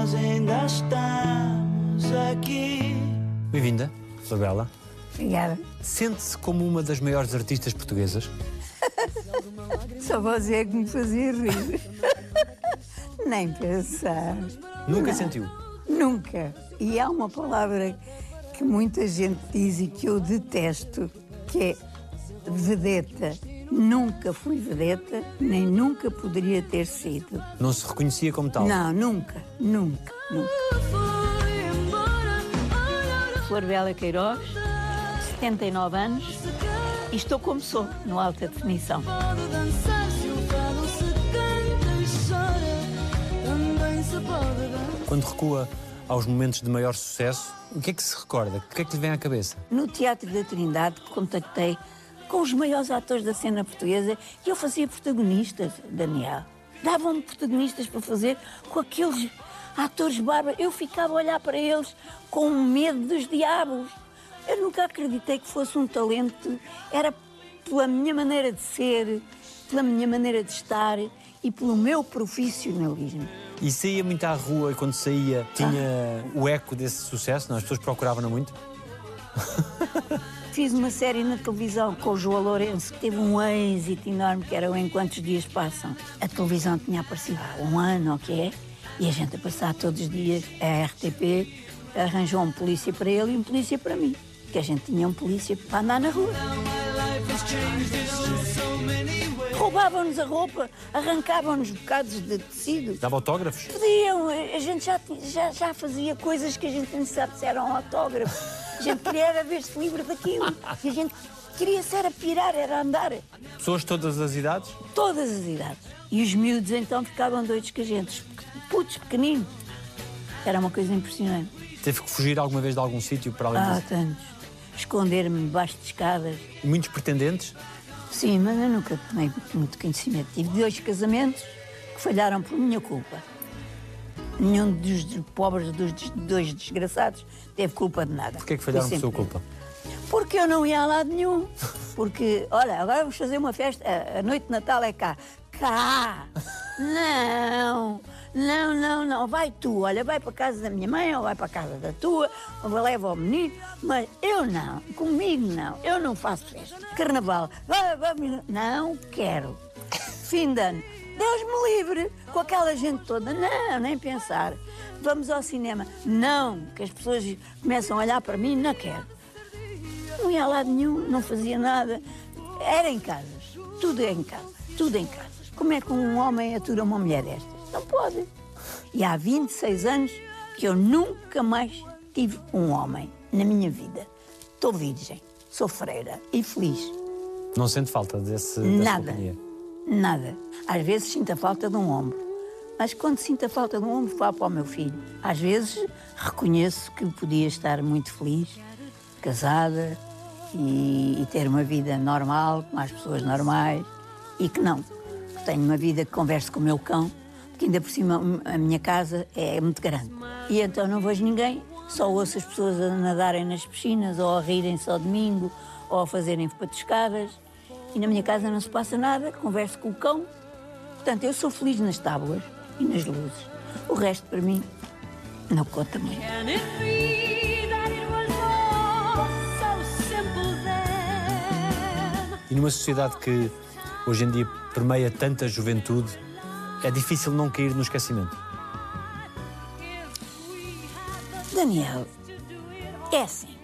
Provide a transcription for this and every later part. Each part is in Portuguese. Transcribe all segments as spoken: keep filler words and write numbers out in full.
nós ainda estamos aqui. Bem-vinda, Flor Bela. Obrigada. Sente-se como uma das maiores artistas portuguesas? Só você é que me fazia rir. Nem pensar. Nunca Não. sentiu? Nunca. E há uma palavra que muita gente diz e que eu detesto, que é vedeta. Nunca fui vedeta, nem nunca poderia ter sido. Não se reconhecia como tal? Não, nunca, nunca, nunca. Flor Bela Queiroz, setenta e nove anos, e estou como sou, no alta definição. Quando recua aos momentos de maior sucesso, o que é que se recorda? O que é que lhe vem à cabeça? No Teatro da Trindade contactei com os maiores atores da cena portuguesa e eu fazia protagonistas, Daniel. Davam-me protagonistas para fazer com aqueles atores bárbaros. Eu ficava a olhar para eles com medo dos diabos. Eu nunca acreditei que fosse um talento. Era pela minha maneira de ser, pela minha maneira de estar e pelo meu profissionalismo. E saía muito à rua e quando saía tinha o eco desse sucesso? Não? As pessoas procuravam-na muito? Fiz uma série na televisão com o João Lourenço, que teve um êxito enorme, que era o Enquanto os Dias Passam. A televisão tinha aparecido há um ano, ou que é, e a gente a passar todos os dias, a R T P arranjou um polícia para ele e um polícia para mim, que a gente tinha um polícia para andar na rua. Roubavam-nos a roupa, arrancavam-nos bocados de tecido. Dava autógrafos? Podiam, a gente já, já, já fazia coisas que a gente nem sabe se eram autógrafos. A gente queria era ver-se livre daquilo. E a gente queria-se era pirar, era andar. Pessoas de todas as idades? Todas as idades. E os miúdos então ficavam doidos com a gente. Os putos pequeninos. Era uma coisa impressionante. Teve que fugir alguma vez de algum sítio para além Ah, disso? tantos. Esconder-me debaixo de escadas. E muitos pretendentes? Sim, mas eu nunca tomei muito conhecimento. Tive dois casamentos que falharam por minha culpa. Nenhum dos pobres, dos dois desgraçados, teve culpa de nada. Porquê é que falharam por Foi sua sempre culpa? Porque eu não ia a lado nenhum. Porque, olha, agora vamos fazer uma festa, a, a noite de Natal é cá. Cá! Não! Não, não, não. Vai tu, olha, vai para a casa da minha mãe ou vai para a casa da tua, ou leva o menino, mas eu não. Comigo não. Eu não faço festa. Carnaval. Vai, vai, não quero. Fim de ano. Deus me livre, com aquela gente toda. Não, nem pensar. Vamos ao cinema. Não, que as pessoas começam a olhar para mim, não quero. Não ia a lado nenhum, não fazia nada. Era em casas. Tudo é em casa. Tudo em casa. Como é que um homem atura uma mulher destas? Não pode. E há vinte e seis anos que eu nunca mais tive um homem na minha vida. Estou virgem, sou freira e feliz. Não sente falta desse, dessa Nada. companhia? Nada. Às vezes sinto a falta de um ombro. Mas quando sinto a falta de um ombro, vá para o meu filho. Às vezes reconheço que podia estar muito feliz, casada e, e ter uma vida normal, com as pessoas normais. E que não. Que tenho uma vida que converso com o meu cão, porque ainda por cima a minha casa é muito grande. E então não vejo ninguém, só ouço as pessoas a nadarem nas piscinas, ou a rirem-se ao domingo, ou a fazerem patuscadas. E na minha casa não se passa nada, converso com o cão. Portanto, eu sou feliz nas tábuas e nas luzes. O resto, para mim, não conta muito. E numa sociedade que hoje em dia permeia tanta juventude, é difícil não cair no esquecimento? Daniel, é assim.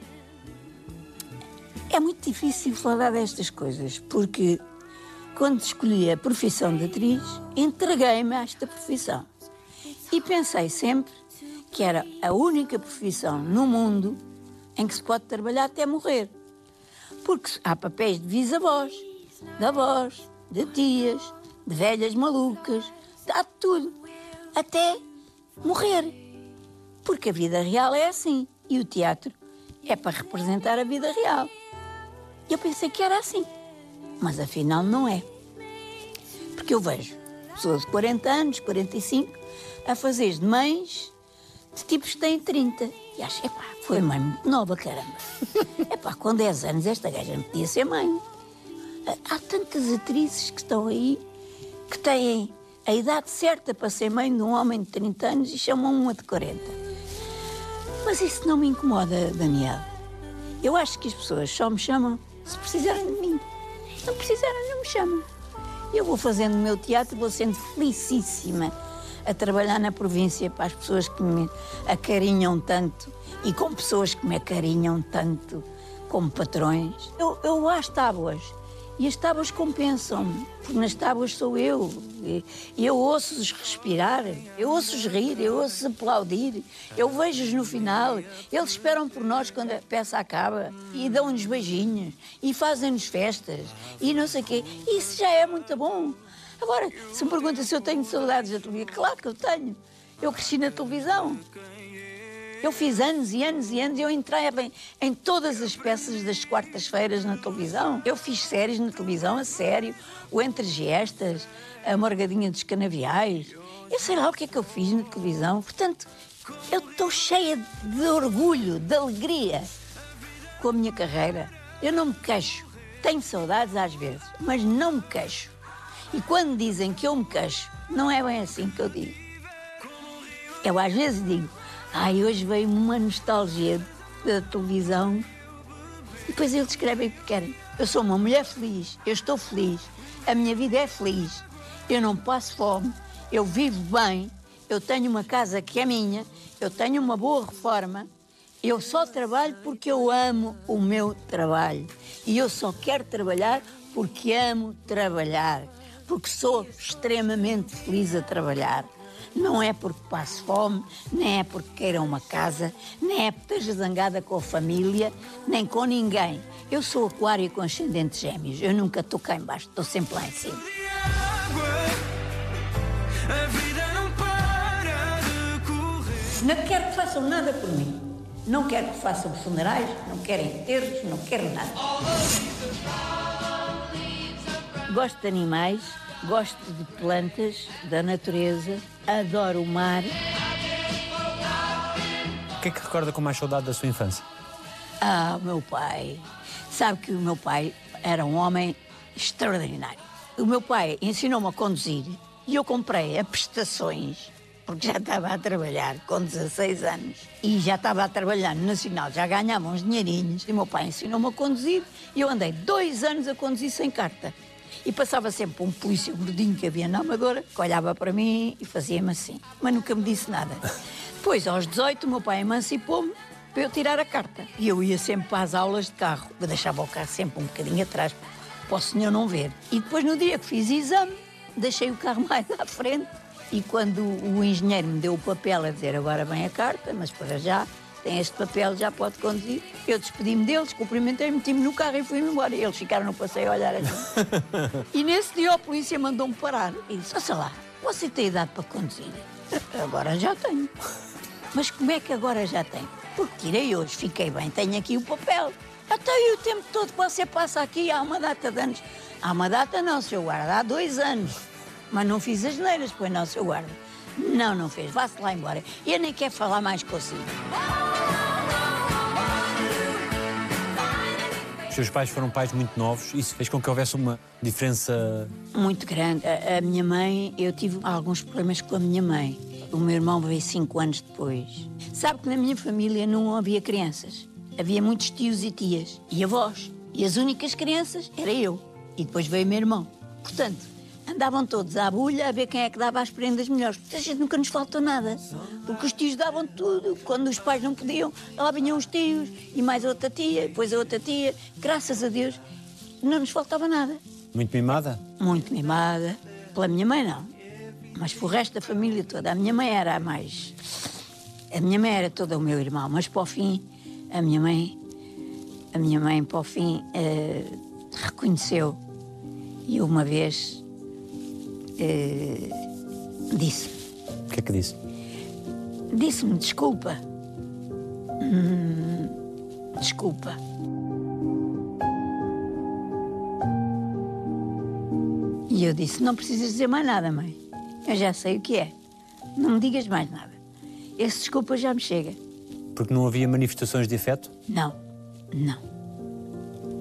É muito difícil falar destas coisas, porque quando escolhi a profissão de atriz, entreguei-me a esta profissão. E pensei sempre que era a única profissão no mundo em que se pode trabalhar até morrer. Porque há papéis de bisavós, de avós, de tias, de velhas malucas, há de tudo, até morrer. Porque a vida real é assim, e o teatro é para representar a vida real. Eu pensei que era assim, mas afinal não é. Porque eu vejo pessoas de quarenta anos, quarenta e cinco, a fazer de mães de tipos que têm trinta. E acho, epá, foi mãe muito nova, caramba. Epá, com dez anos esta gaja não podia ser mãe. Há tantas atrizes que estão aí, que têm a idade certa para ser mãe de um homem de trinta anos e chamam uma de quarenta. Mas isso não me incomoda, Daniel. Eu acho que as pessoas só me chamam se precisarem de mim. Se não precisarem, não me chamam. Eu vou fazendo o meu teatro, vou sendo felicíssima a trabalhar na província para as pessoas que me acarinham tanto e com pessoas que me acarinham tanto como patrões. Eu, eu vou às tábuas e as tábuas compensam-me, porque nas tábuas sou eu. E eu ouço-os respirar, eu ouço-os rir, eu ouço-os aplaudir, eu vejo-os no final. Eles esperam por nós quando a peça acaba e dão-nos beijinhos e fazem-nos festas e não sei o quê. Isso já é muito bom. Agora, se me pergunta se eu tenho saudades da televisão, claro que eu tenho. Eu cresci na televisão. Eu fiz anos e anos e anos, eu entrava em, em todas as peças das quartas-feiras na televisão. Eu fiz séries na televisão, a sério, o Entre Gestas, a Morgadinha dos Canaviais. Eu sei lá o que é que eu fiz na televisão. Portanto, eu estou cheia de orgulho, de alegria com a minha carreira. Eu não me queixo. Tenho saudades às vezes, mas não me queixo. E quando dizem que eu me queixo, não é bem assim que eu digo. Eu às vezes digo, ai, hoje veio uma nostalgia da televisão. E depois eles escrevem o que querem. Eu sou uma mulher feliz, eu estou feliz, a minha vida é feliz, eu não passo fome, eu vivo bem, eu tenho uma casa que é minha, eu tenho uma boa reforma, eu só trabalho porque eu amo o meu trabalho. E eu só quero trabalhar porque amo trabalhar, porque sou extremamente feliz a trabalhar. Não é porque passo fome, nem é porque queira uma casa, nem é porque esteja zangada com a família, nem com ninguém. Eu sou aquário com ascendente gêmeos. Eu nunca estou cá em baixo, estou sempre lá em cima. Não quero que façam nada por mim. Não quero que façam funerais, não quero enterros, não quero nada. Gosto de animais, gosto de plantas, da natureza, adoro o mar. O que é que recorda com mais saudade da sua infância? Ah, o meu pai. Sabe que o meu pai era um homem extraordinário. O meu pai ensinou-me a conduzir e eu comprei a prestações, porque já estava a trabalhar com dezasseis anos e já estava a trabalhar no Nacional, já ganhava uns dinheirinhos. E o meu pai ensinou-me a conduzir e eu andei dois anos a conduzir sem carta. E passava sempre um polícia gordinho que havia na Amadora, que olhava para mim e fazia-me assim, mas nunca me disse nada. Depois, aos dezoito, o meu pai emancipou-me para eu tirar a carta. E eu ia sempre para as aulas de carro. Eu deixava o carro sempre um bocadinho atrás, para o senhor não ver. E depois, no dia que fiz exame, deixei o carro mais à frente. E quando o engenheiro me deu o papel a dizer agora vem a carta, mas para já tem este papel, já pode conduzir, eu despedi-me deles, cumprimentei, meti-me no carro e fui-me embora. E eles ficaram no passeio a olhar assim. E nesse dia a polícia mandou-me parar e disse, ouça lá, você tem idade para conduzir? Agora já tenho. Mas como é que agora já tem? Porque tirei hoje, fiquei bem, tenho aqui o papel. Até aí o tempo todo que você passa aqui há uma data de anos. Há uma data não, seu guarda, há dois anos. Mas não fiz as neiras, pois não, seu guarda. Não, não fez, vá-se lá embora. Eu nem quero falar mais consigo. Os seus pais foram pais muito novos, isso fez com que houvesse uma diferença... Muito grande. A, a minha mãe, eu tive alguns problemas com a minha mãe. O meu irmão veio cinco anos depois. Sabe que na minha família não havia crianças. Havia muitos tios e tias e avós. E as únicas crianças era eu. E depois veio o meu irmão. Portanto, andavam todos à bulha a ver quem é que dava as prendas melhores. A gente nunca nos faltou nada. Porque os tios davam tudo. Quando os pais não podiam, lá vinham os tios e mais outra tia, depois a outra tia. Graças a Deus, não nos faltava nada. Muito mimada? Muito mimada. Pela minha mãe, não. Mas para o resto da família toda. A minha mãe era a mais... A minha mãe era toda o meu irmão. Mas para o fim, a minha mãe... A minha mãe, para o fim, eh, reconheceu. E uma vez... Eh, disse. O que é que disse? Disse-me desculpa. Hum, desculpa. E eu disse, não precisas dizer mais nada, mãe. Eu já sei o que é. Não me digas mais nada. Esse desculpa já me chega. Porque não havia manifestações de afeto? Não, não.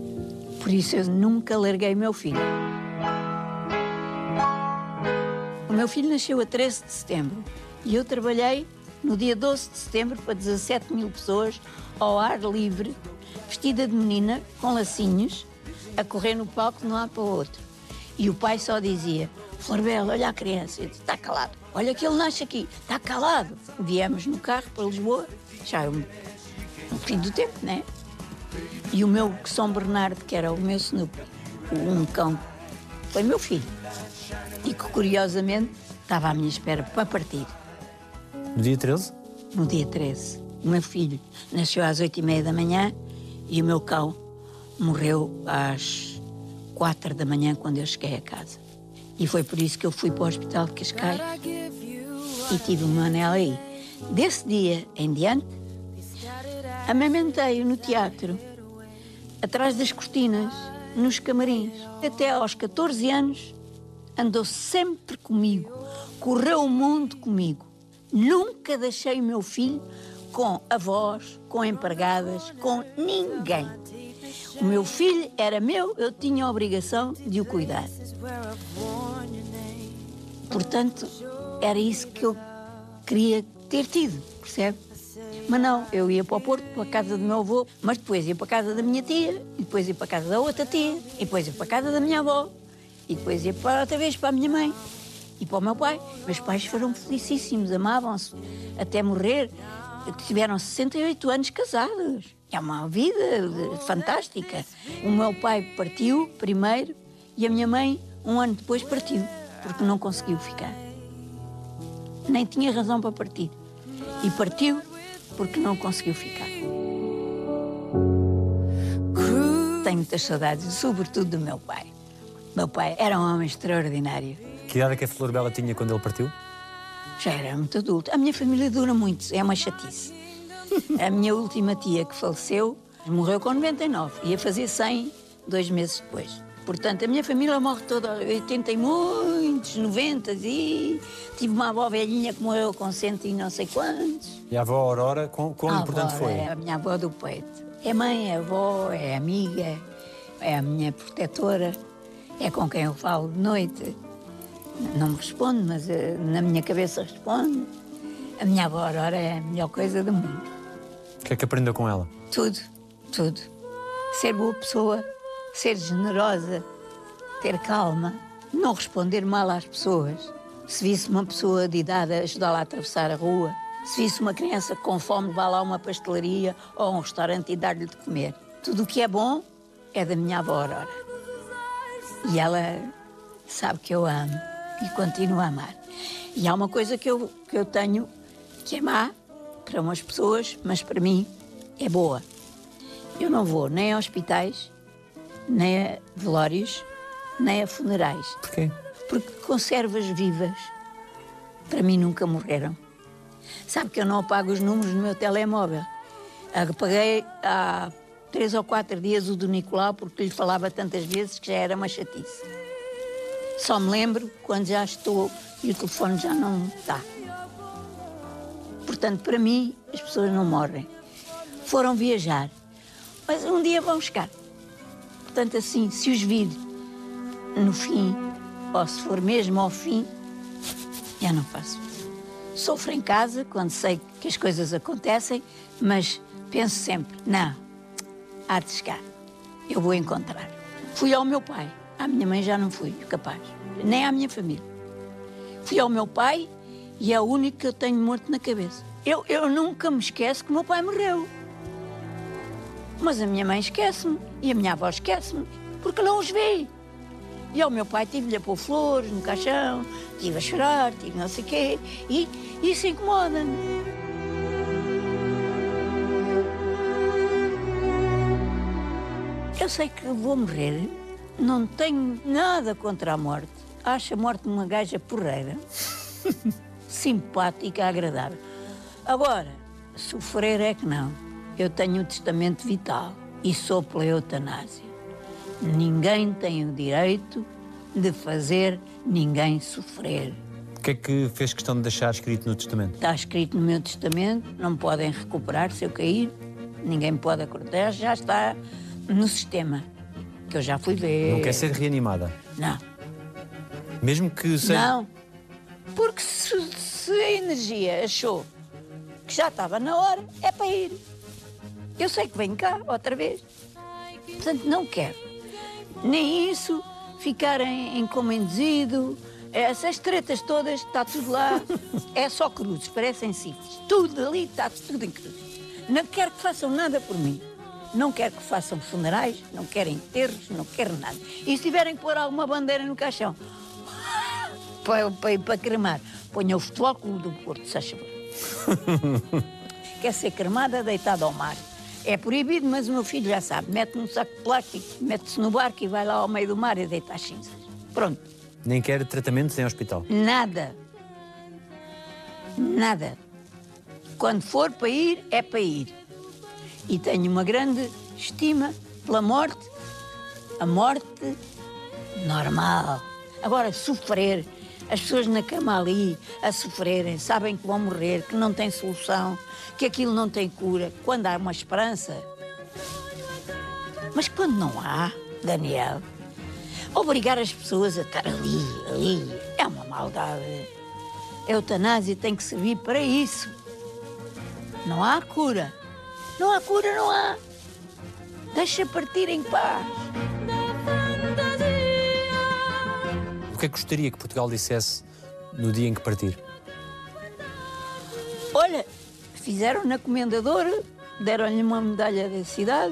Por isso eu nunca larguei meu filho. O meu filho nasceu a treze de setembro e eu trabalhei no dia doze de setembro para dezassete mil pessoas ao ar livre, vestida de menina, com lacinhos, a correr no palco de um lado para o outro. E o pai só dizia: Flor Bela, olha a criança. Eu disse: está calado. Olha que ele nasce aqui, está calado. Viemos no carro para Lisboa, já é um, um fim do tempo, né? E o meu São Bernardo, que era o meu Snoopy, um cão, foi meu filho. E que, curiosamente, estava à minha espera para partir. No dia treze? No dia treze. O meu filho nasceu às oito e meia da manhã e o meu cão morreu às quatro da manhã, quando eu cheguei a casa. E foi por isso que eu fui para o Hospital de Cascais e tive uma anela aí. Desse dia em diante, amamentei-o no teatro, atrás das cortinas, nos camarins. Até aos catorze anos, andou sempre comigo, correu o mundo comigo. Nunca deixei o meu filho com avós, com empregadas, com ninguém. O meu filho era meu, eu tinha a obrigação de o cuidar. Portanto, era isso que eu queria ter tido, percebe? Mas não, eu ia para o Porto, para a casa do meu avô, mas depois ia para a casa da minha tia, e depois ia para a casa da outra tia, e depois ia para a casa da minha avó, e depois ia para, outra vez para a minha mãe e para o meu pai. Meus pais foram felicíssimos, amavam-se até morrer. Tiveram sessenta e oito anos casados. É uma vida fantástica. O meu pai partiu primeiro e a minha mãe, um ano depois, partiu, porque não conseguiu ficar. Nem tinha razão para partir. E partiu porque não conseguiu ficar. Tenho muitas saudades, sobretudo do meu pai. Meu pai era um homem extraordinário. Que idade é que a Flor Bela tinha quando ele partiu? Já era muito adulto. A minha família dura muito, é uma chatice. A minha última tia, que faleceu, morreu com noventa e nove. Ia fazer cem dois meses depois. Portanto, a minha família morre toda aos oitenta e muitos, noventa, e tive uma avó velhinha que morreu com cento e não sei quantos. E a avó Aurora, quão, quão a importante avó foi? É a minha avó do peito. É mãe, é avó, é amiga, é a minha protetora, é com quem eu falo de noite. Não me responde, mas uh, na minha cabeça responde. A minha avó Aurora é a melhor coisa do mundo. O que é que aprendeu com ela? Tudo, tudo. Ser boa pessoa, ser generosa, ter calma, não responder mal às pessoas. Se visse uma pessoa de idade, ajudá-la a atravessar a rua. Se visse uma criança com fome, vá lá a uma pastelaria ou a um restaurante e dar-lhe de comer. Tudo o que é bom é da minha avó Aurora. E ela sabe que eu amo. E continuo a amar. E há uma coisa que eu, que eu tenho que é má para umas pessoas, mas para mim é boa. Eu não vou nem a hospitais, nem a velórios, nem a funerais. Porquê? Porque conservas vivas, para mim, nunca morreram. Sabe que eu não apago os números no meu telemóvel. Apaguei há três ou quatro dias o do Nicolau, porque lhe falava tantas vezes que já era uma chatice. Só me lembro quando já estou e o telefone já não está. Portanto, para mim, as pessoas não morrem. Foram viajar, mas um dia vão chegar. Portanto, assim, se os vir no fim, ou se for mesmo ao fim, eu não faço. Sofro em casa quando sei que as coisas acontecem, mas penso sempre, não, há de chegar. Eu vou encontrar. Fui ao meu pai. À minha mãe já não fui capaz, nem à minha família. Fui ao meu pai e é o único que eu tenho morto na cabeça. Eu, eu nunca me esqueço que o meu pai morreu. Mas a minha mãe esquece-me e a minha avó esquece-me, porque não os vê. E ao meu pai tive-lhe a pôr flores no caixão, tive a chorar, tive não sei o quê, e isso incomoda-me. Eu sei que vou morrer. Não tenho nada contra a morte. Acho a morte uma gaja porreira, simpática, agradável. Agora, sofrer é que não. Eu tenho o testamento vital e sou pela eutanásia. Ninguém tem o direito de fazer ninguém sofrer. O que é que fez questão de deixar escrito no testamento? Está escrito no meu testamento, não me podem recuperar se eu cair, ninguém me pode acordar, já está no sistema. Que eu já fui ver. Não quer ser reanimada? Não. Mesmo que seja... Não. Porque se, se a energia achou que já estava na hora, é para ir. Eu sei que venho cá, outra vez. Portanto, não quero. Nem isso, ficar em, em como induzido, essas tretas todas, está tudo lá. É só cruzes, parecem sífilis. Tudo ali, está tudo em cruzes. Não quero que façam nada por mim. Não quero que façam funerais, não quero enterros, não quero nada. E se tiverem que pôr alguma bandeira no caixão, para, para, para cremar, ponha o Futebol Clube do Porto, se acham. Quer ser cremada, deitada ao mar. É proibido, mas o meu filho já sabe. Mete num saco de plástico, mete-se no barco e vai lá ao meio do mar e deita as cinzas. Pronto. Nem quer tratamento sem hospital? Nada. Nada. Quando for para ir, é para ir. E tenho uma grande estima pela morte. A morte normal. Agora, sofrer. As pessoas na cama ali a sofrerem, sabem que vão morrer, que não tem solução, que aquilo não tem cura. Quando há uma esperança. Mas quando não há, Daniel, obrigar as pessoas a estar ali, ali, é uma maldade. A eutanásia tem que servir para isso. Não há cura. Não há cura, não há. Deixa partir em paz. O que é que gostaria que Portugal dissesse no dia em que partir? Olha, fizeram na comendadora, deram-lhe uma medalha da cidade,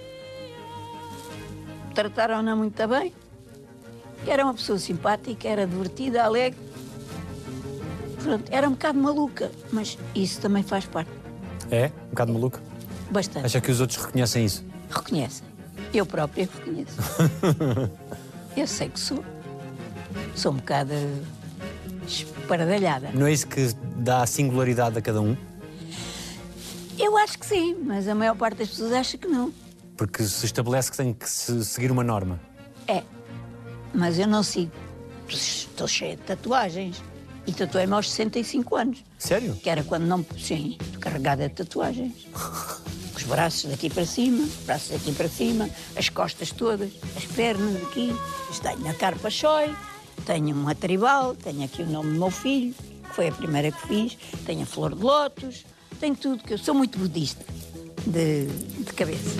trataram-na muito bem, era uma pessoa simpática, era divertida, alegre. Pronto, era um bocado maluca, mas isso também faz parte. É? Um bocado maluco? Bastante. Acha que os outros reconhecem isso? Reconhecem. Eu própria reconheço. Eu sei que sou. Sou um bocado espardalhada. Não é isso que dá a singularidade a cada um? Eu acho que sim, mas a maior parte das pessoas acha que não. Porque se estabelece que tem que se seguir uma norma. É, mas eu não sigo. Estou cheia de tatuagens. E tatuei-me aos sessenta e cinco anos. Sério? Que era quando não... Sim, estou carregada de tatuagens. Os braços daqui para cima, os braços daqui para cima, as costas todas, as pernas aqui. Tenho na Carpachói, tenho uma tribal, tenho aqui o nome do meu filho, que foi a primeira que fiz, tenho a flor de lótus, tenho tudo, que eu sou muito budista, de, de cabeça.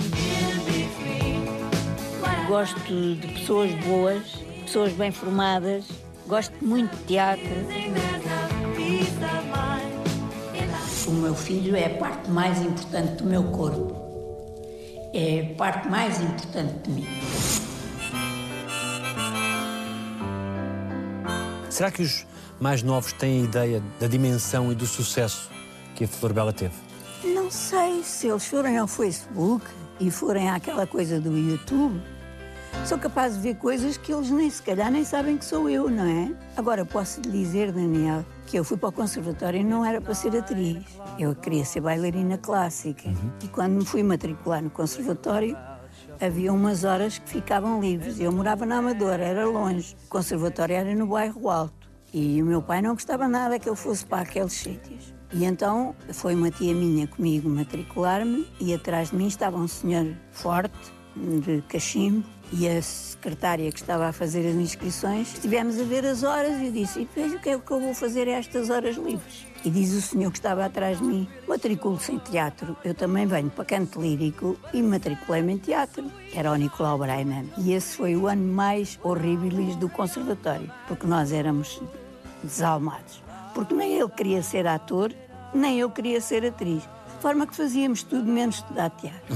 Gosto de pessoas boas, pessoas bem formadas, gosto muito de teatro. O meu filho é a parte mais importante do meu corpo. É a parte mais importante de mim. Será que os mais novos têm a ideia da dimensão e do sucesso que a Flor Bela teve? Não sei, se eles forem ao Facebook e forem àquela coisa do YouTube, sou capaz de ver coisas que eles nem se calhar nem sabem que sou eu, não é? Agora, posso lhe dizer, Daniel, que eu fui para o conservatório e não era para ser atriz. Eu queria ser bailarina clássica. Uhum. E quando me fui matricular no conservatório, havia umas horas que ficavam livres. Eu morava na Amadora, era longe. O conservatório era no bairro Alto. E o meu pai não gostava nada que eu fosse para aqueles sítios. E então foi uma tia minha comigo matricular-me e atrás de mim estava um senhor forte, de cachimbo, e a secretária que estava a fazer as inscrições. Estivemos a ver as horas e eu disse, e veja o que é que eu vou fazer a estas horas livres. E diz o senhor que estava atrás de mim, matriculo-se em teatro. Eu também venho para canto lírico e matriculei-me em teatro. Era o Nicolau Breiner. E esse foi o ano mais horrível do conservatório, porque nós éramos desalmados. Porque nem ele queria ser ator, nem eu queria ser atriz. De forma que fazíamos tudo menos estudar teatro.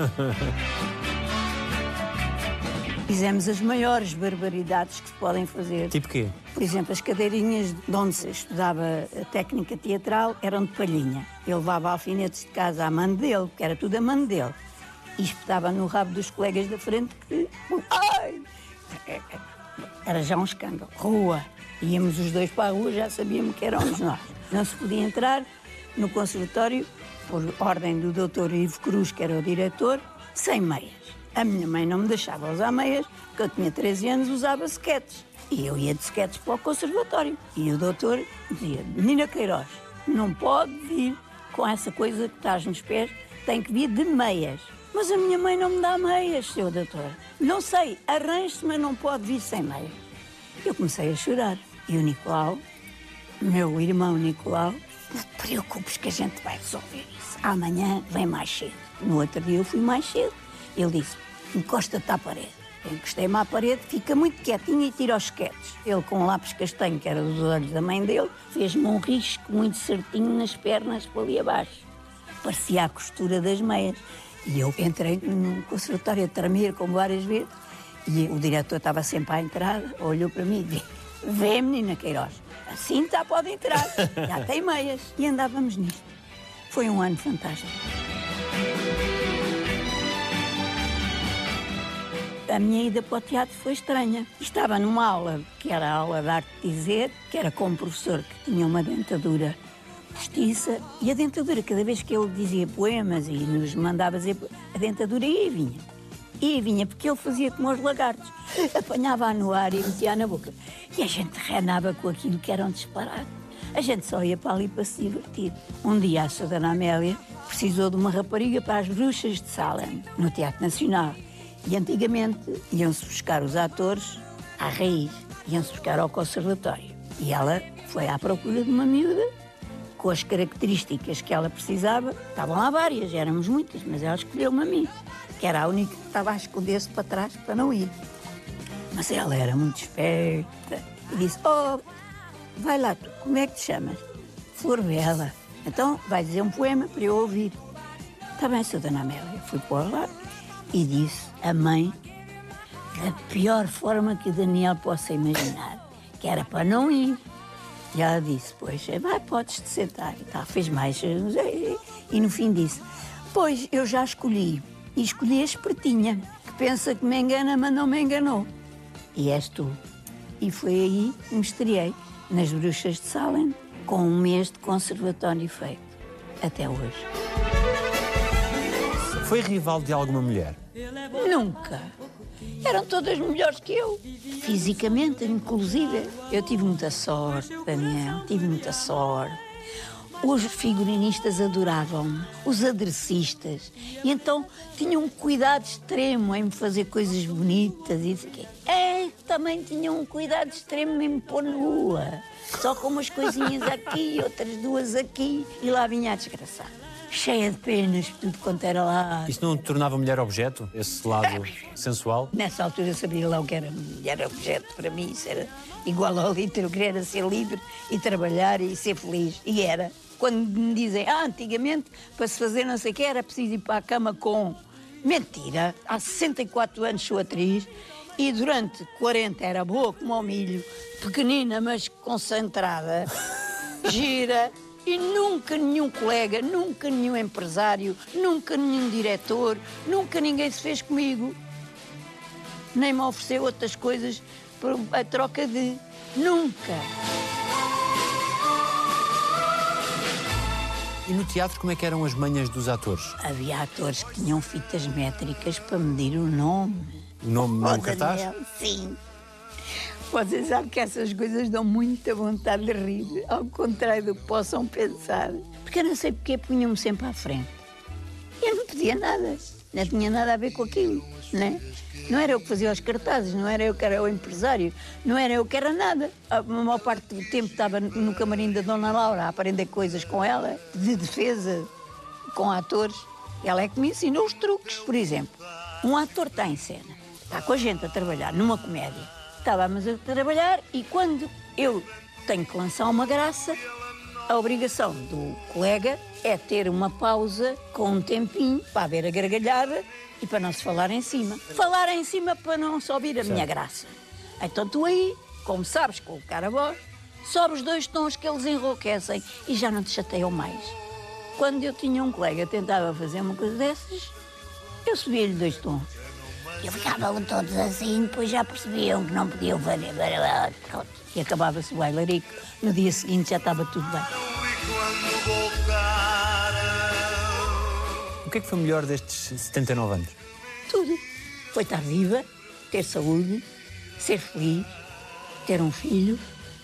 Fizemos as maiores barbaridades que se podem fazer. Tipo quê? Por exemplo, as cadeirinhas de onde se estudava a técnica teatral eram de palhinha. Eu levava alfinetes de casa à mão dele, que era tudo a mão dele. E espetava no rabo dos colegas da frente que... Ai! Era já um escândalo. Rua. Íamos os dois para a rua, já sabíamos que éramos nós. Não se podia entrar no conservatório, por ordem do doutor Ivo Cruz, que era o diretor, sem meias. A minha mãe não me deixava usar meias, porque eu tinha treze anos, usava sequetes. E eu ia de sequetes para o conservatório. E o doutor dizia, menina Queiroz, não pode vir com essa coisa que estás nos pés, tem que vir de meias. Mas a minha mãe não me dá meias, seu doutor. Não sei, arranje-se, mas não pode vir sem meias. Eu comecei a chorar. E o Nicolau meu irmão Nicolau, não te preocupes que a gente vai resolver isso. Amanhã vem mais cedo. No outro dia eu fui mais cedo. Ele disse, encosta-te à parede. Eu encostei-me à parede, fica muito quietinho e tira os esquetes. Ele, com um lápis castanho, que era dos olhos da mãe dele, fez-me um risco muito certinho nas pernas por ali abaixo. Parecia a costura das meias. E eu entrei no conservatório a tremer, como várias vezes, e o diretor estava sempre à entrada, olhou para mim e disse, vê, menina Queiroz, assim já pode entrar, já tem meias. E andávamos nisto. Foi um ano fantástico. A minha ida para o teatro foi estranha. Estava numa aula, que era a aula de arte de dizer, que era com um professor que tinha uma dentadura postiça, e a dentadura, cada vez que ele dizia poemas e nos mandava dizer, a dentadura ia e vinha. Ia e vinha, porque ele fazia como os lagartos. Apanhava-a no ar e metia na boca. E a gente renava com aquilo que era um disparate. A gente só ia para ali para se divertir. Um dia a Sra. Dona Amélia precisou de uma rapariga para as Bruxas de Salem, no Teatro Nacional. E antigamente iam-se buscar os atores à raiz, iam-se buscar ao conservatório. E ela foi à procura de uma miúda com as características que ela precisava. Estavam lá várias, éramos muitas, mas ela escolheu-me a mim, que era a única que estava a esconder-se para trás para não ir. Mas ela era muito esperta e disse, oh, vai lá tu, como é que te chamas? Flor Bela. Então vai dizer um poema para eu ouvir. Está bem, Sra. Dona Amélia. Fui pôr lá e disse a mãe da pior forma que o Daniel possa imaginar, que era para não ir. E ela disse, pois, vai, podes-te sentar. E tal, fez mais. E no fim disse, pois, eu já escolhi. E escolhi a espertinha, que pensa que me engana, mas não me enganou. E és tu. E foi aí que me estreiei nas Bruxas de Salem, com um mês de conservatório feito. Até hoje. Foi rival de alguma mulher? Nunca. Eram todas melhores que eu. Fisicamente, inclusive. Eu tive muita sorte, Daniel. Tive muita sorte. Os figurinistas adoravam-me, os aderecistas. E então tinham um cuidado extremo em me fazer coisas bonitas e isso aqui. É, também tinham um cuidado extremo em me pôr nua. Só com umas coisinhas aqui, outras duas aqui. E lá vinha a desgraçada. Cheia de penas, tudo quanto era lá. Isso não te tornava mulher objeto, esse lado sensual? Nessa altura eu sabia lá o que era mulher objeto. Para mim isso era igual ao litro. Eu queria ser livre e trabalhar e ser feliz. E era. Quando me dizem, ah, antigamente, para se fazer não sei o que, era preciso ir para a cama com... Mentira. Há sessenta e quatro anos sou atriz e durante quarenta era boa como ao milho, pequenina, mas concentrada, gira... E nunca nenhum colega, nunca nenhum empresário, nunca nenhum diretor, nunca ninguém se fez comigo. Nem me ofereceu outras coisas por a troca de... Nunca. E no teatro, como é que eram as manhas dos atores? Havia atores que tinham fitas métricas para medir o nome. O nome no Oh, cartaz? Daniel, sim. Você sabe que essas coisas dão muita vontade de rir, ao contrário do que possam pensar. Porque eu não sei porque punham-me sempre à frente. Eu não pedia nada, não tinha nada a ver com aquilo, né? Não era eu que fazia os cartazes, não era eu que era o empresário, não era eu que era nada. A maior parte do tempo estava no camarim da Dona Laura a aprender coisas com ela, de defesa, com atores. Ela é que me ensinou os truques. Por exemplo, um ator está em cena, está com a gente a trabalhar numa comédia. Estávamos a trabalhar e quando eu tenho que lançar uma graça, a obrigação do colega é ter uma pausa com um tempinho para haver a gargalhada e para não se falar em cima. Falar em cima para não só ouvir a minha graça. Então tu aí, como sabes colocar a voz, sobes dois tons que eles enrouquecem e já não te chateiam mais. Quando eu tinha um colega que tentava fazer uma coisa dessas, eu subia-lhe dois tons. E ficavam todos assim, depois já percebiam que não podiam fazer. Pronto. E acabava-se o bailarico. No dia seguinte já estava tudo bem. O que é que foi melhor destes setenta e nove anos? Tudo. Foi estar viva, ter saúde, ser feliz, ter um filho,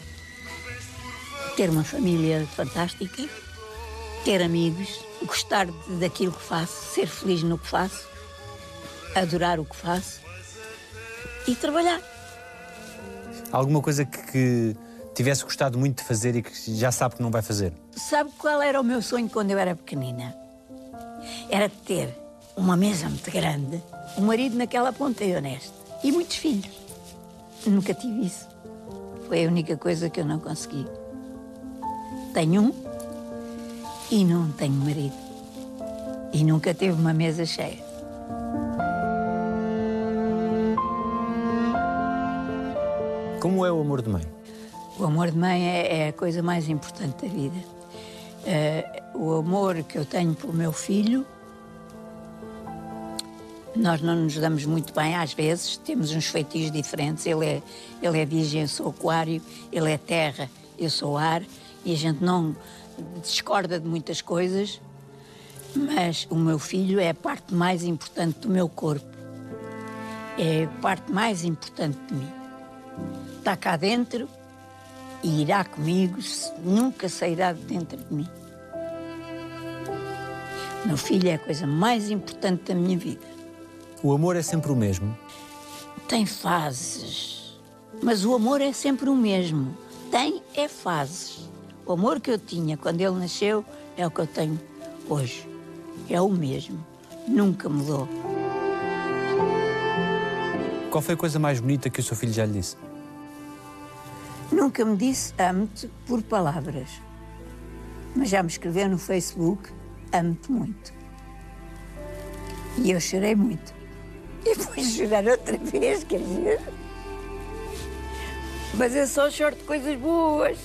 ter uma família fantástica, ter amigos, gostar daquilo que faço, ser feliz no que faço, adorar o que faço e trabalhar. Alguma coisa que, que tivesse gostado muito de fazer e que já sabe que não vai fazer? Sabe qual era o meu sonho quando eu era pequenina? Era ter uma mesa muito grande, um marido naquela ponta e honesto e muitos filhos. Nunca tive isso. Foi a única coisa que eu não consegui. Tenho um e não tenho marido. E nunca teve uma mesa cheia. Como é o amor de mãe? O amor de mãe é, é a coisa mais importante da vida. Uh, o amor que eu tenho pelo meu filho, nós não nos damos muito bem às vezes, temos uns feitios diferentes. Ele é, ele é virgem, eu sou aquário, ele é terra, eu sou ar, e a gente não discorda de muitas coisas, mas o meu filho é a parte mais importante do meu corpo. É a parte mais importante de mim. Está cá dentro e irá comigo, nunca sairá de dentro de mim. Meu filho é a coisa mais importante da minha vida. O amor é sempre o mesmo? Tem fases, mas o amor é sempre o mesmo. Tem é fases. O amor que eu tinha quando ele nasceu é o que eu tenho hoje. É o mesmo. Nunca mudou. Qual foi a coisa mais bonita que o seu filho já lhe disse? Nunca me disse amo-te por palavras. Mas já me escreveu no Facebook amo-te muito. E eu chorei muito. E vou chorar outra vez, quer dizer. Mas eu só choro de coisas boas.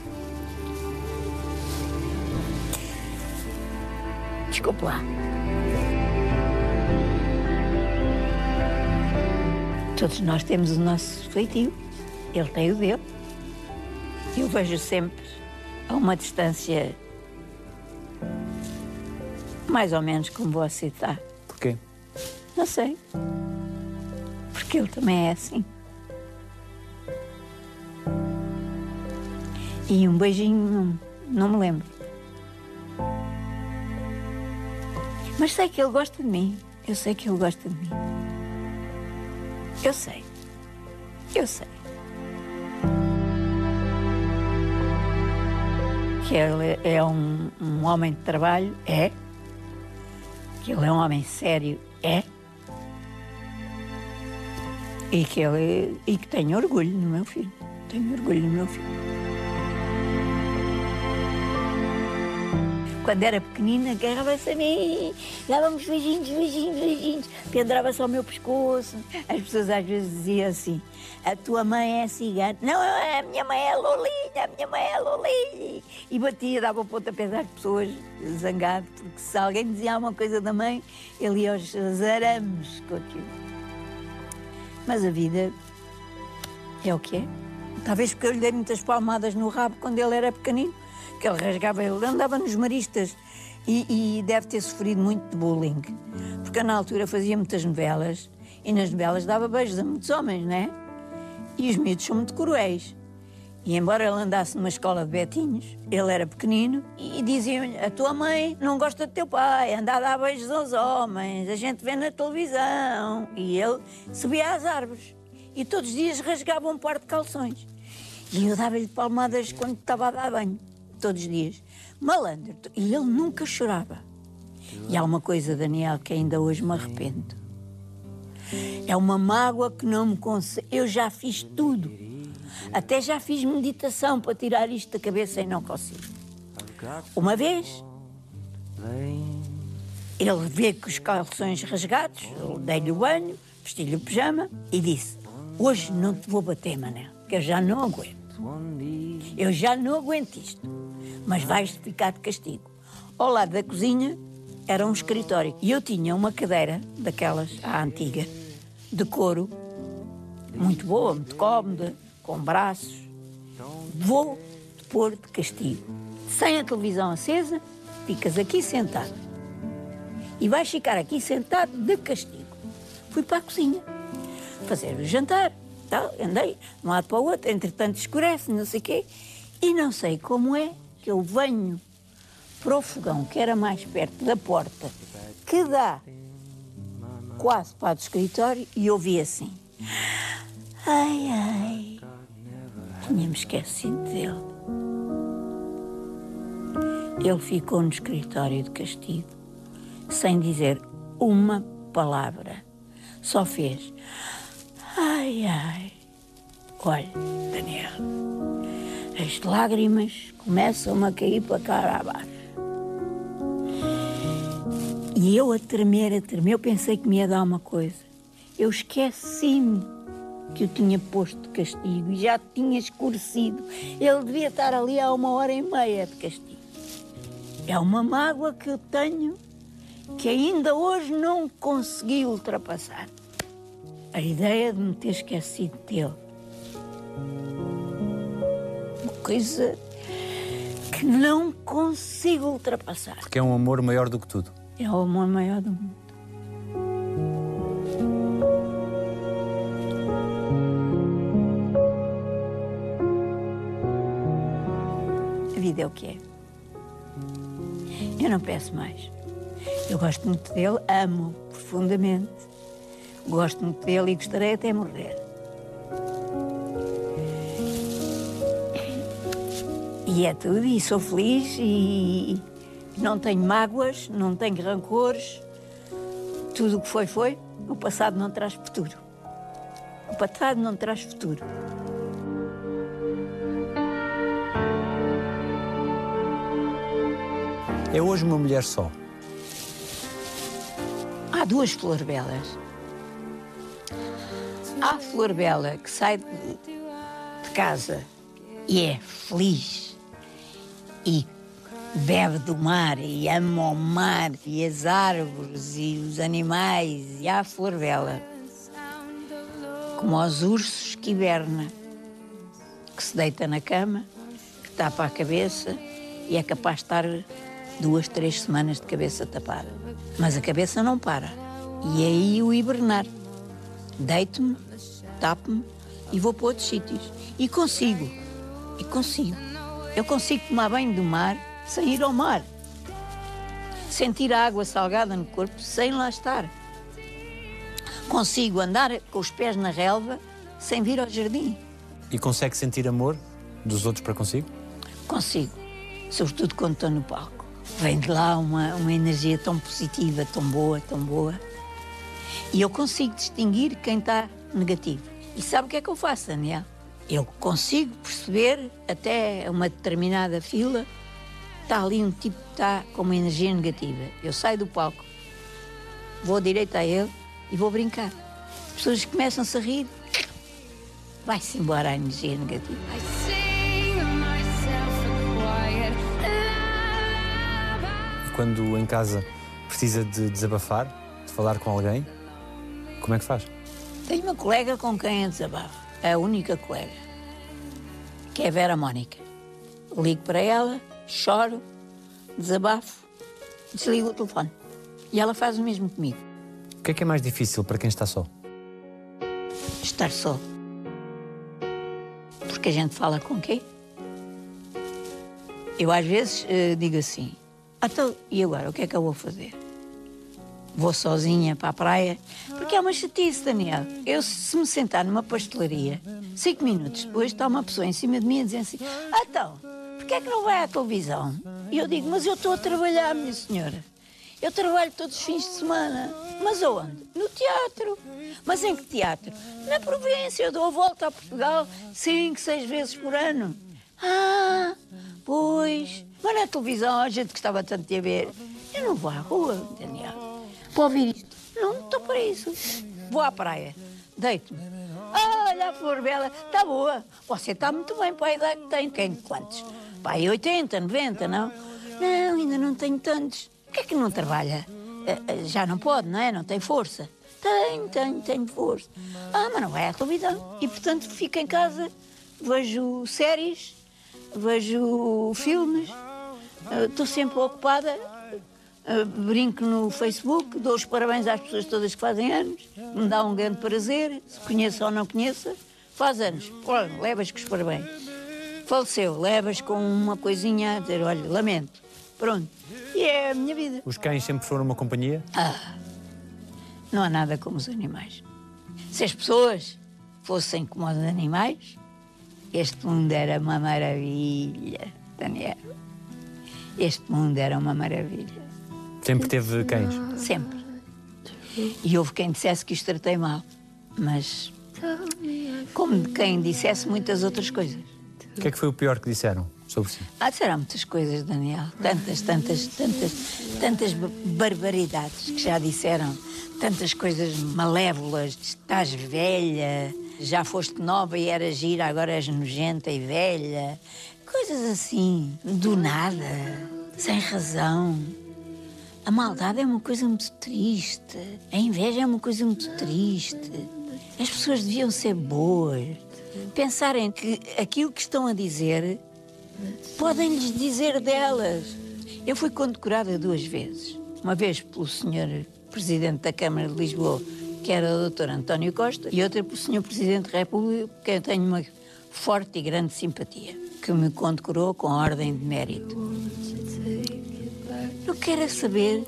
Desculpe lá. Todos nós temos o nosso feitio. Ele tem o dele. Eu vejo sempre a uma distância mais ou menos como você está. Porquê? Não sei. Porque ele também é assim. E um beijinho, não, não me lembro. Mas sei que ele gosta de mim. Eu sei que ele gosta de mim. Eu sei. Eu sei. Que ele é um, um homem de trabalho, é. Que ele é um homem sério, é. E que ele e que tenho orgulho no meu filho. Tenho orgulho no meu filho. Quando era pequenina, agarrava-se a mim, dávamos beijinhos, beijinhos, beijinhos, pendurava-se ao meu pescoço. As pessoas às vezes diziam assim, a tua mãe é cigana. Não, a minha mãe é Lolinha, a minha mãe é Lolinha. E batia, dava o pontapé às pessoas, zangado, porque se alguém dizia alguma coisa da mãe, ele ia aos arames com aquilo. Mas a vida é o que é. Talvez porque eu lhe dei muitas palmadas no rabo quando ele era pequenino. Que ele rasgava, ele andava nos maristas e, e deve ter sofrido muito de bullying, porque eu, na altura fazia muitas novelas e nas novelas dava beijos a muitos homens, não é? E os miúdos são muito cruéis. E embora ele andasse numa escola de betinhos, ele era pequenino e diziam-lhe, a tua mãe não gosta do teu pai, anda a dar beijos aos homens, a gente vê na televisão. E ele subia às árvores e todos os dias rasgava um par de calções. E eu dava-lhe palmadas quando estava a dar banho. Todos os dias, malandro, e ele nunca chorava. E há uma coisa, Daniel, que ainda hoje me arrependo. É uma mágoa que não me consegue. Eu já fiz tudo, até já fiz meditação para tirar isto da cabeça e não consigo. Uma vez, ele vê com os calções rasgados, eu dei-lhe o banho, vesti-lhe o pijama e disse, hoje não te vou bater, Manel, que eu já não aguento. Eu já não aguento isto, mas vais ficar de castigo. Ao lado da cozinha era um escritório e eu tinha uma cadeira daquelas, à antiga, de couro, muito boa, muito cómoda, com braços. Vou-te pôr de castigo. Sem a televisão acesa, ficas aqui sentado. E vais ficar aqui sentado de castigo. Fui para a cozinha fazer o jantar. Tal, andei de um lado para o outro, entretanto escurece, não sei o quê, e não sei como é que eu venho para o fogão, que era mais perto da porta, que dá quase para o escritório, e ouvi assim, ai, ai, Tinha-me esquecido dele. Ele ficou no escritório de castigo, sem dizer uma palavra. Só fez... Ai, ai. Olha, Daniel, as lágrimas começam a cair para cara abaixo. E eu a tremer, a tremer, eu pensei que me ia dar uma coisa. Eu esqueci-me que o tinha posto de castigo e já tinha escurecido. Ele devia estar ali há uma hora e meia de castigo. É uma mágoa que eu tenho que ainda hoje não consegui ultrapassar. A ideia de me ter esquecido dele. Uma coisa que não consigo ultrapassar. Porque é um amor maior do que tudo. É o amor maior do mundo. A vida é o que é. Eu não peço mais. Eu gosto muito dele, amo profundamente. Gosto muito dele e gostarei até morrer. E é tudo, e sou feliz, e não tenho mágoas, não tenho rancores. Tudo o que foi, foi. O passado não traz futuro. O passado não traz futuro. É hoje uma mulher só. Há duas flores belas. Há a flor bela que sai de, de casa e é feliz e bebe do mar e ama o mar e as árvores e os animais. E há a flor bela, como aos ursos que hiberna, que se deita na cama, que tapa a cabeça e é capaz de estar duas, três semanas de cabeça tapada. Mas a cabeça não para. E aí o hibernar. Deito-me, tapo-me e vou para outros sítios. E consigo. E consigo. Eu consigo tomar banho do mar sem ir ao mar. Sentir a água salgada no corpo sem lá estar. Consigo andar com os pés na relva sem vir ao jardim. E consegue sentir amor dos outros para consigo? Consigo. Sobretudo quando estou no palco. Vem de lá uma, uma energia tão positiva, tão boa, tão boa. E eu consigo distinguir quem está negativo. E sabe o que é que eu faço, Daniel? Eu consigo perceber, até uma determinada fila, está ali um tipo que está com uma energia negativa. Eu saio do palco, vou direito a ele e vou brincar. As pessoas começam-se a rir, vai-se embora a energia negativa. E quando em casa precisa de desabafar, de falar com alguém, como é que faz? Tenho uma colega com quem eu desabafo, a única colega, que é a Vera Mónica. Ligo para ela, choro, desabafo, desligo o telefone. E ela faz o mesmo comigo. O que é que é mais difícil para quem está só? Estar só. Porque a gente fala com quem? Eu às vezes uh, digo assim, então, e agora, o que é que eu vou fazer? Vou sozinha para a praia, porque é uma chatice, Daniel. Eu, se me sentar numa pastelaria, cinco minutos depois está uma pessoa em cima de mim a dizer assim, ah, então, porquê é que não vai à televisão? E eu digo, mas eu estou a trabalhar, minha senhora. Eu trabalho todos os fins de semana. Mas aonde? No teatro. Mas em que teatro? Na província. Eu dou a volta a Portugal cinco, seis vezes por ano. Ah, pois. Mas na televisão a gente gostava tanto de a ver. Eu não vou à rua, Daniel. Para ouvir isto? Não estou para isso. Vou à praia, deito-me. Ah, olha a flor bela, está boa. Você está muito bem para a idade que tem. Tem quantos? Pai, oitenta, noventa, não? Não, ainda não tenho tantos. Por que é que não trabalha? Já não pode, não é? Não tem força. Tenho, tenho, tenho força. Ah, mas não vai à televisão. E, portanto, fico em casa, vejo séries, vejo filmes, estou sempre ocupada. Uh, brinco no Facebook, dou os parabéns às pessoas todas que fazem anos, me dá um grande prazer, se conheça ou não conheça, faz anos, olha, levas com os parabéns. Faleceu, levas com uma coisinha a dizer, olha, lamento, pronto. E é a minha vida. Os cães sempre foram uma companhia? Ah, não há nada como os animais. Se as pessoas fossem como os animais, Este mundo era uma maravilha, Daniel. Este mundo era uma maravilha. Sempre teve cães? Sempre. E houve quem dissesse que os tratei mal. Mas, como quem dissesse muitas outras coisas. O que é que foi o pior que disseram sobre si? Ah, disseram muitas coisas, Daniel. Tantas, tantas, tantas, tantas barbaridades que já disseram. Tantas coisas malévolas. Estás velha, já foste nova e eras gira, agora és nojenta e velha. Coisas assim, do nada, sem razão. A maldade é uma coisa muito triste. A inveja é uma coisa muito triste. As pessoas deviam ser boas. Pensarem que aquilo que estão a dizer podem-lhes dizer delas. Eu fui condecorada duas vezes. Uma vez pelo senhor Presidente da Câmara de Lisboa, que era o doutor António Costa, e outra pelo senhor Presidente da República, por quem eu tenho uma forte e grande simpatia, que me condecorou com a Ordem de Mérito. Eu quero saber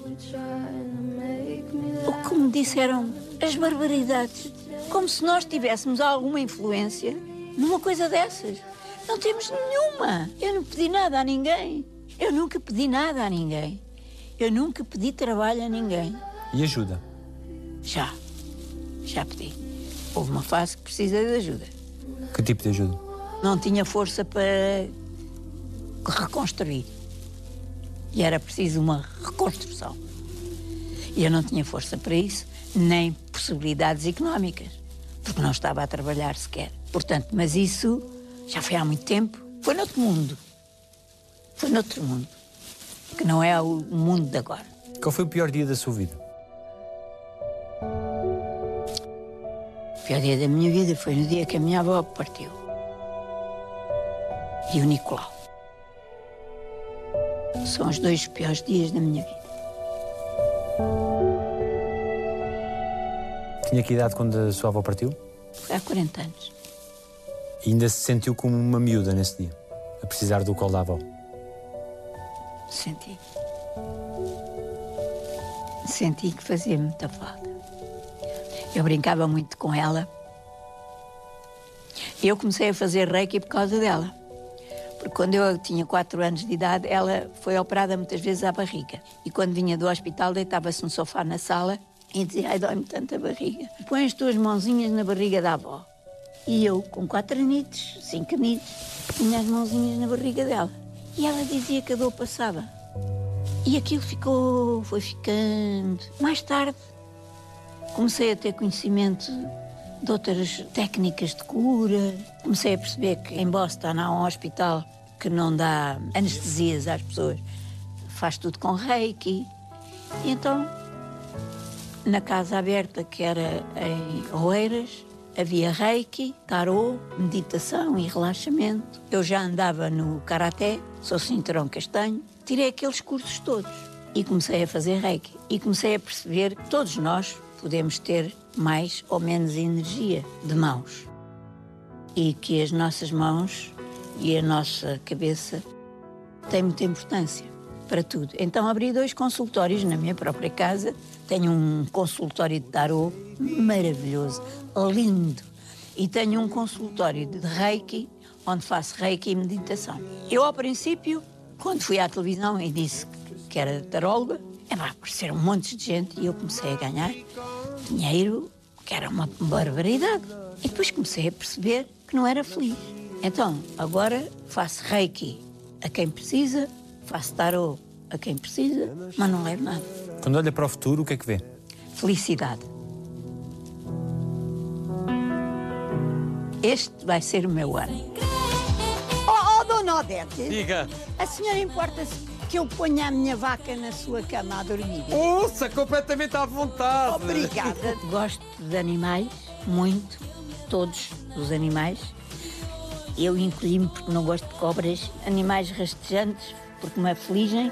o que me disseram, as barbaridades. Como se nós tivéssemos alguma influência numa coisa dessas. Não temos nenhuma. Eu não pedi nada a ninguém. Eu nunca pedi nada a ninguém. Eu nunca pedi trabalho a ninguém. E ajuda? Já. Já pedi. Houve uma fase que precisei de ajuda. Que tipo de ajuda? Não tinha força para reconstruir. E era preciso uma reconstrução. E eu não tinha força para isso, nem possibilidades económicas, porque não estava a trabalhar sequer. Portanto, mas isso já foi há muito tempo. Foi noutro mundo. Foi noutro mundo. Que não é o mundo de agora. Qual foi o pior dia da sua vida? O pior dia da minha vida foi no dia que a minha avó partiu. E o Nicolau. São os dois piores dias da minha vida. Tinha que idade quando a sua avó partiu? Foi há quarenta anos. E ainda se sentiu como uma miúda nesse dia, a precisar do colo da avó? Senti. Senti que fazia muita falta. Eu brincava muito com ela. Eu comecei a fazer reiki por causa dela. Porque quando eu tinha quatro anos de idade, ela foi operada muitas vezes à barriga. E quando vinha do hospital, deitava-se no sofá na sala e dizia: ai, dói-me tanto a barriga. Põe as tuas mãozinhas na barriga da avó. E eu, com quatro anitos, cinco anitos, punha as mãozinhas na barriga dela. E ela dizia que a dor passava. E aquilo ficou, foi ficando. Mais tarde, comecei a ter conhecimento de outras técnicas de cura. Comecei a perceber que em Boston há um hospital que não dá anestesias às pessoas. Faz tudo com reiki. E então, na Casa Aberta, que era em Oeiras, havia reiki, tarô, meditação e relaxamento. Eu já andava no karaté, sou cinturão castanho. Tirei aqueles cursos todos e comecei a fazer reiki. E comecei a perceber que todos nós podemos ter mais ou menos energia de mãos. E que as nossas mãos e a nossa cabeça têm muita importância para tudo. Então abri dois consultórios na minha própria casa. Tenho um consultório de tarô maravilhoso, lindo. E tenho um consultório de reiki, onde faço reiki e meditação. Eu, ao princípio, quando fui à televisão e disse que era taróloga, apareceram um monte de gente e eu comecei a ganhar dinheiro, que era uma barbaridade. E depois comecei a perceber que não era feliz. Então, agora faço reiki a quem precisa, faço tarô a quem precisa, mas não levo nada. Quando olha para o futuro, o que é que vê? Felicidade. Este vai ser o meu ano. Oh, oh dona Odete! Diga! A senhora importa-se que eu ponha a minha vaca na sua cama a dormir? Ouça, completamente à vontade! Obrigada. Gosto de animais, muito, todos os animais. Eu incluí-me porque não gosto de cobras, animais rastejantes, porque me afligem.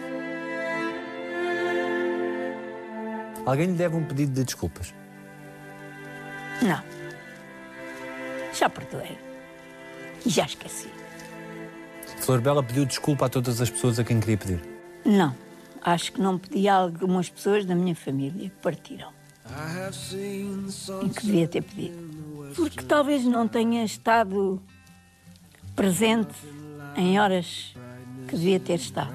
Alguém lhe deve um pedido de desculpas? Não. Já perdoei. E já esqueci. Flor Bela pediu desculpa a todas as pessoas a quem queria pedir? Não. Acho que não pedi a algumas pessoas da minha família que partiram. E que devia ter pedido. Porque talvez não tenha estado presente em horas que devia ter estado.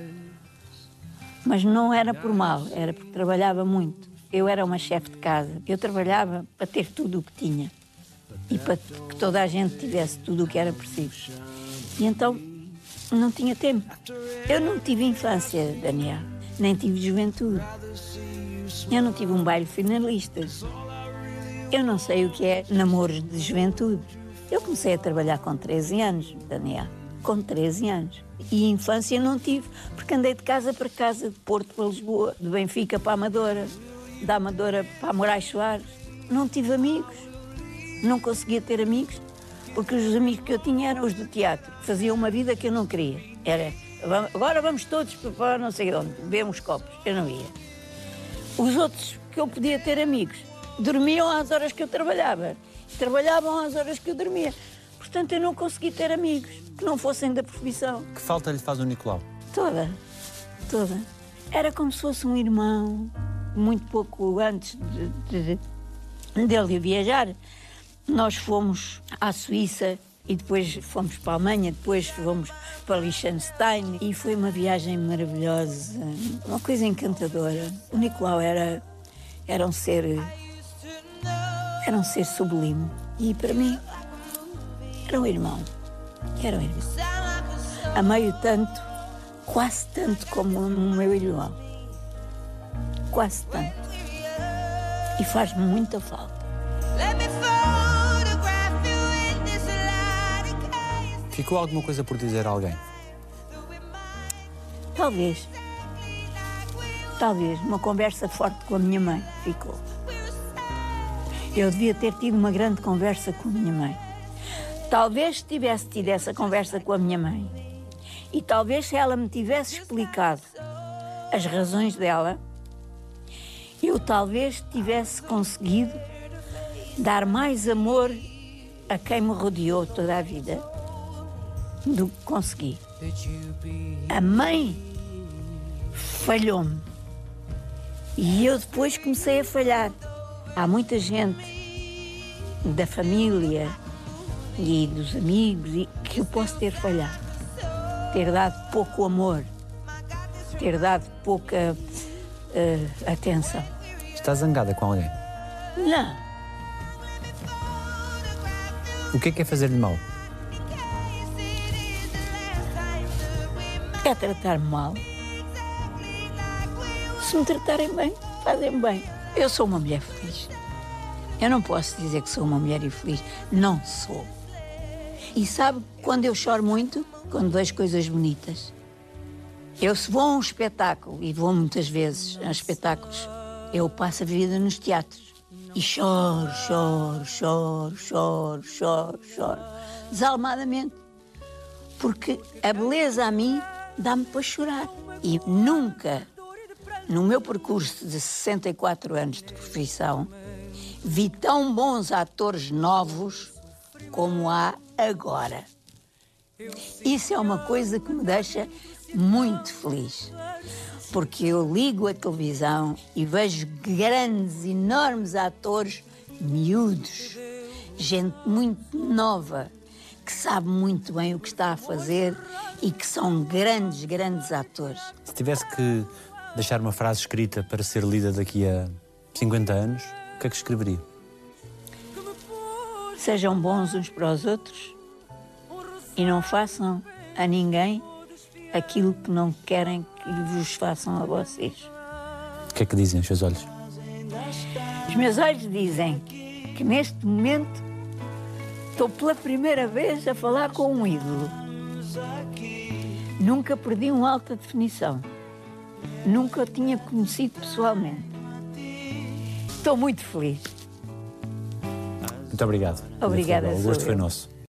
Mas não era por mal, era porque trabalhava muito. Eu era uma chefe de casa, eu trabalhava para ter tudo o que tinha e para que toda a gente tivesse tudo o que era preciso. E então não tinha tempo. Eu não tive infância, Daniel, nem tive juventude. Eu não tive um baile finalista. Eu não sei o que é namoros de juventude. Eu comecei a trabalhar com treze anos, Daniel, com treze anos. E infância não tive, porque andei de casa para casa, de Porto para Lisboa, de Benfica para a Amadora, da Amadora para a Moraes Soares. Não tive amigos, não conseguia ter amigos, porque os amigos que eu tinha eram os do teatro, que faziam uma vida que eu não queria. Era, agora vamos todos para não sei onde, beber uns copos. Eu não ia. Os outros que eu podia ter amigos, dormiam às horas que eu trabalhava, trabalhavam às horas que eu dormia. Portanto, eu não consegui ter amigos que não fossem da profissão. Que falta lhe faz o Nicolau? Toda, toda. Era como se fosse um irmão. Muito pouco antes de, de, dele viajar, nós fomos à Suíça e depois fomos para a Alemanha, depois fomos para Liechtenstein e foi uma viagem maravilhosa, uma coisa encantadora. O Nicolau era, era um ser, era um ser sublime e para mim era um irmão, era um irmão. Amei-o tanto, quase tanto como o meu irmão. Quase tanto. E faz-me muita falta. Ficou alguma coisa por dizer a alguém? Talvez. Talvez. Uma conversa forte com a minha mãe. Ficou. Eu devia ter tido uma grande conversa com a minha mãe. Talvez tivesse tido essa conversa com a minha mãe. E talvez se ela me tivesse explicado as razões dela, eu talvez tivesse conseguido dar mais amor a quem me rodeou toda a vida do que consegui. A mãe falhou-me e eu depois comecei a falhar. Há muita gente da família e dos amigos e que eu posso ter falhado, ter dado pouco amor, ter dado pouca uh, atenção. Está zangada com alguém? Não. O que é que é fazer-lhe mal? É tratar-me mal. Se me tratarem bem, fazem bem. Eu sou uma mulher feliz. Eu não posso dizer que sou uma mulher infeliz. Não sou. E sabe quando eu choro muito? Quando vejo coisas bonitas. Eu se vou a um espetáculo, e vou muitas vezes a espetáculos, eu passo a vida nos teatros. E choro, choro, choro, choro, choro, choro. Desalmadamente. Porque a beleza a mim dá-me para chorar. E nunca, no meu percurso de sessenta e quatro anos de profissão, vi tão bons atores novos como há agora. Isso é uma coisa que me deixa muito feliz. Porque eu ligo a televisão e vejo grandes, enormes atores miúdos, gente muito nova, que sabe muito bem o que está a fazer e que são grandes, grandes atores. Se tivesse que deixar uma frase escrita para ser lida daqui a cinquenta anos, o que é que escreveria? Sejam bons uns para os outros e não façam a ninguém aquilo que não querem que vos façam a vocês. O que é que dizem os seus olhos? Os meus olhos dizem que neste momento estou pela primeira vez a falar com um ídolo. Nunca perdi um alta definição. Nunca o tinha conhecido pessoalmente. Estou muito feliz. Muito obrigado. Obrigada, O gosto sou foi eu. nosso.